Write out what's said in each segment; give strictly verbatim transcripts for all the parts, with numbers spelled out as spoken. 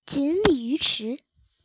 锦鲤鱼池。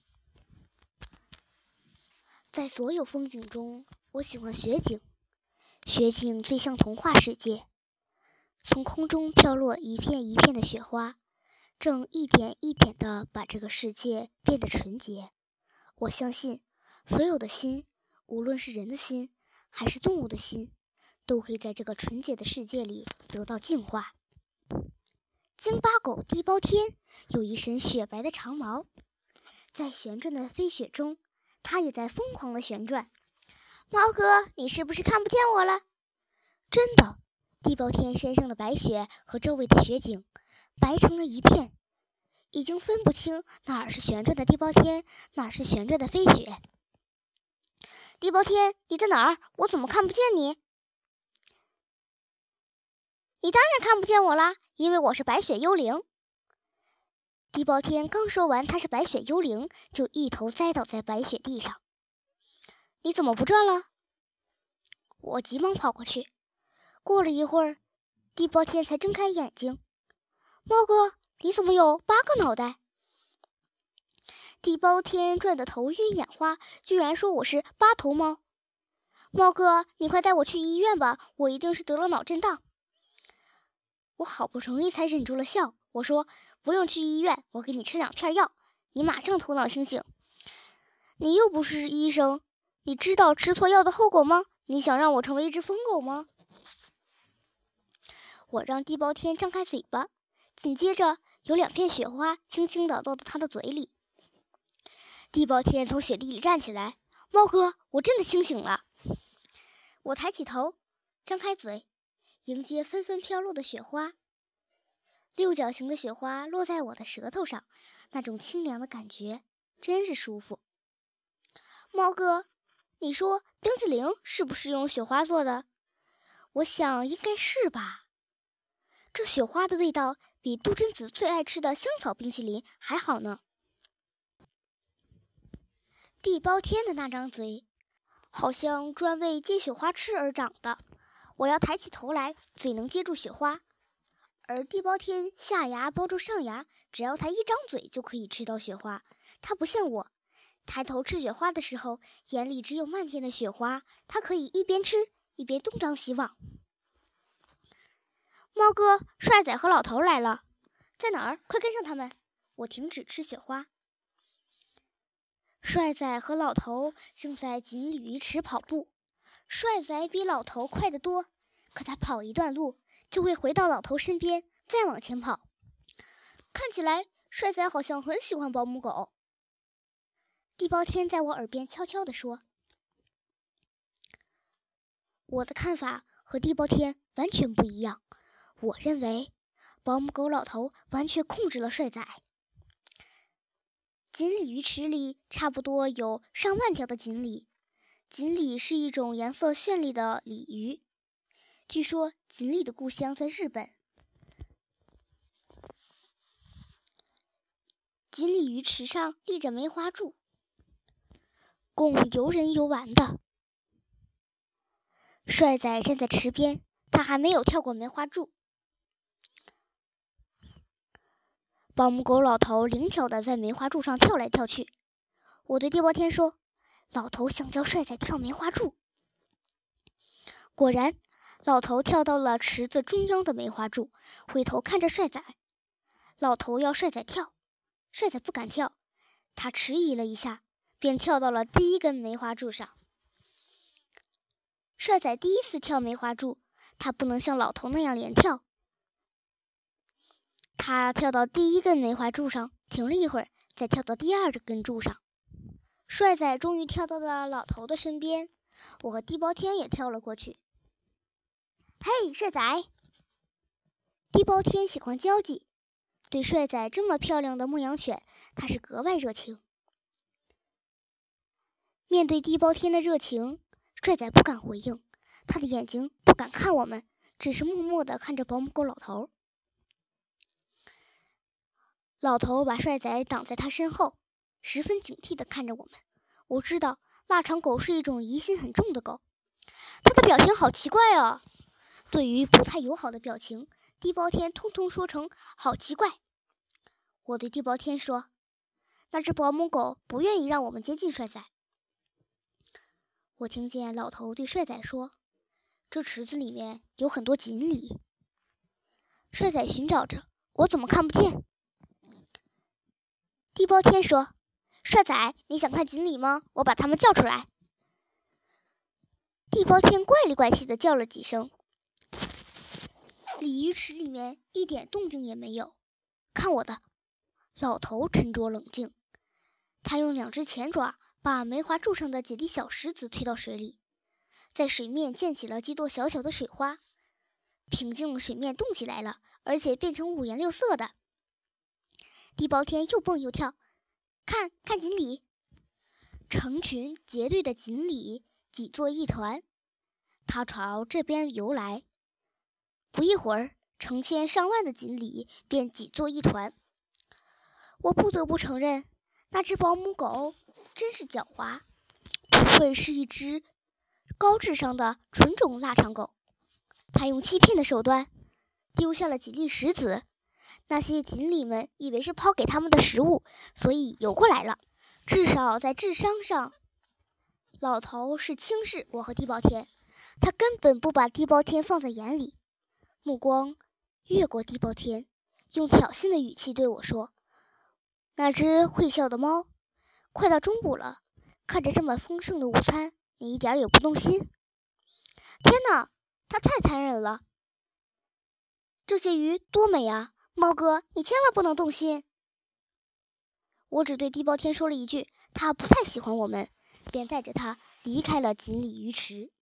在所有风景中，我喜欢雪景。雪景最像童话世界，从空中飘落一片一片的雪花，正一点一点地把这个世界变得纯洁。我相信，所有的心，无论是人的心，还是动物的心，都会在这个纯洁的世界里得到净化。京巴狗地包天有一身雪白的长毛，在旋转的飞雪中，它也在疯狂地旋转。猫哥，你是不是看不见我了？真的，地包天身上的白雪和周围的雪景白成了一片，已经分不清哪儿是旋转的地包天，哪儿是旋转的飞雪。地包天，你在哪儿？我怎么看不见你？你当然看不见我啦，因为我是白雪幽灵。地包天刚说完他是白雪幽灵，就一头栽倒在白雪地上。你怎么不转了？我急忙跑过去。过了一会儿，地包天才睁开眼睛。猫哥，你怎么有八个脑袋？地包天转得头晕眼花，居然说我是八头猫。猫哥，你快带我去医院吧，我一定是得了脑震荡。我好不容易才忍住了笑，我说不用去医院，我给你吃两片药，你马上头脑清醒。你又不是医生，你知道吃错药的后果吗？你想让我成为一只疯狗吗？我让地包天张开嘴巴，紧接着有两片雪花轻轻地落到他的嘴里。地包天从雪地里站起来，猫哥，我真的清醒了。我抬起头，张开嘴，迎接纷纷飘落的雪花。六角形的雪花落在我的舌头上，那种清凉的感觉真是舒服。猫哥，你说冰淇淋是不是用雪花做的？我想应该是吧。这雪花的味道比杜真子最爱吃的香草冰淇淋还好呢。地包天的那张嘴好像专为接雪花吃而长的，我要抬起头来，嘴能接住雪花。而地包天下牙包住上牙，只要他一张嘴就可以吃到雪花。他不像我，抬头吃雪花的时候，眼里只有漫天的雪花，他可以一边吃一边东张西望。猫哥，帅仔和老头来了，在哪儿？快跟上他们！我停止吃雪花。帅仔和老头正在锦鲤鱼池跑步，帅仔比老头快得多，可他跑一段路就会回到老头身边，再往前跑。看起来帅仔好像很喜欢保姆狗。地包天在我耳边悄悄地说：“我的看法和地包天完全不一样。我认为，保姆狗老头完全控制了帅仔。锦鲤鱼池里差不多有上万条的锦鲤。锦鲤是一种颜色绚丽的鲤鱼。据说锦鲤的故乡在日本。锦鲤鱼池上立着梅花柱，供游人游玩的。帅仔站在池边，他还没有跳过梅花柱。保姆狗老头灵巧地在梅花柱上跳来跳去。我对地包天说：“老头想教帅仔跳梅花柱。”果然，老头跳到了池子中央的梅花柱，回头看着帅仔。老头要帅仔跳，帅仔不敢跳，他迟疑了一下，便跳到了第一根梅花柱上。帅仔第一次跳梅花柱，他不能像老头那样连跳。他跳到第一根梅花柱上，停了一会儿，再跳到第二根柱上。帅仔终于跳到了老头的身边，我和地包天也跳了过去。嘿，帅仔！地包天喜欢交际，对帅仔这么漂亮的牧羊犬，他是格外热情。面对地包天的热情，帅仔不敢回应，他的眼睛不敢看我们，只是默默地看着保姆狗老头。老头把帅仔挡在他身后，十分警惕地看着我们。我知道腊肠狗是一种疑心很重的狗，它的表情好奇怪啊！对于不太友好的表情，地包天通通说成好奇怪。我对地包天说：“ 那只保姆狗不愿意让我们接近帅仔。我听见老头对帅仔说：“这池子里面有很多锦鲤。”帅仔寻找着，我怎么看不见？地包天说：“帅仔，你想看锦鲤吗？我把它们叫出来。”地包天怪里怪气地叫了几声，鲤鱼池里面一点动静也没有。看我的！老头沉着冷静，他用两只前爪把梅花柱上的几粒小石子推到水里，在水面溅起了几朵小小的水花，平静水面动起来了，而且变成五颜六色的。地包天又蹦又跳，看看锦鲤！成群结队的锦鲤挤作一团，它朝这边游来。不一会儿，成千上万的锦鲤便挤作一团。我不得不承认，那只保姆狗真是狡猾，不愧是一只高智商的纯种腊肠狗。它用欺骗的手段丢下了几粒石子，那些锦鲤们以为是抛给他们的食物，所以游过来了。至少在智商上，老头是轻视我和地包天，他根本不把地包天放在眼里，目光越过地包天，用挑衅的语气对我说：“那只会笑的猫，快到中午了，看着这么丰盛的午餐，你一点也不动心？”天哪，他太残忍了！这些鱼多美啊，猫哥，你千万不能动心。我只对地包天说了一句，他不太喜欢我们，便带着他离开了锦鲤鱼池。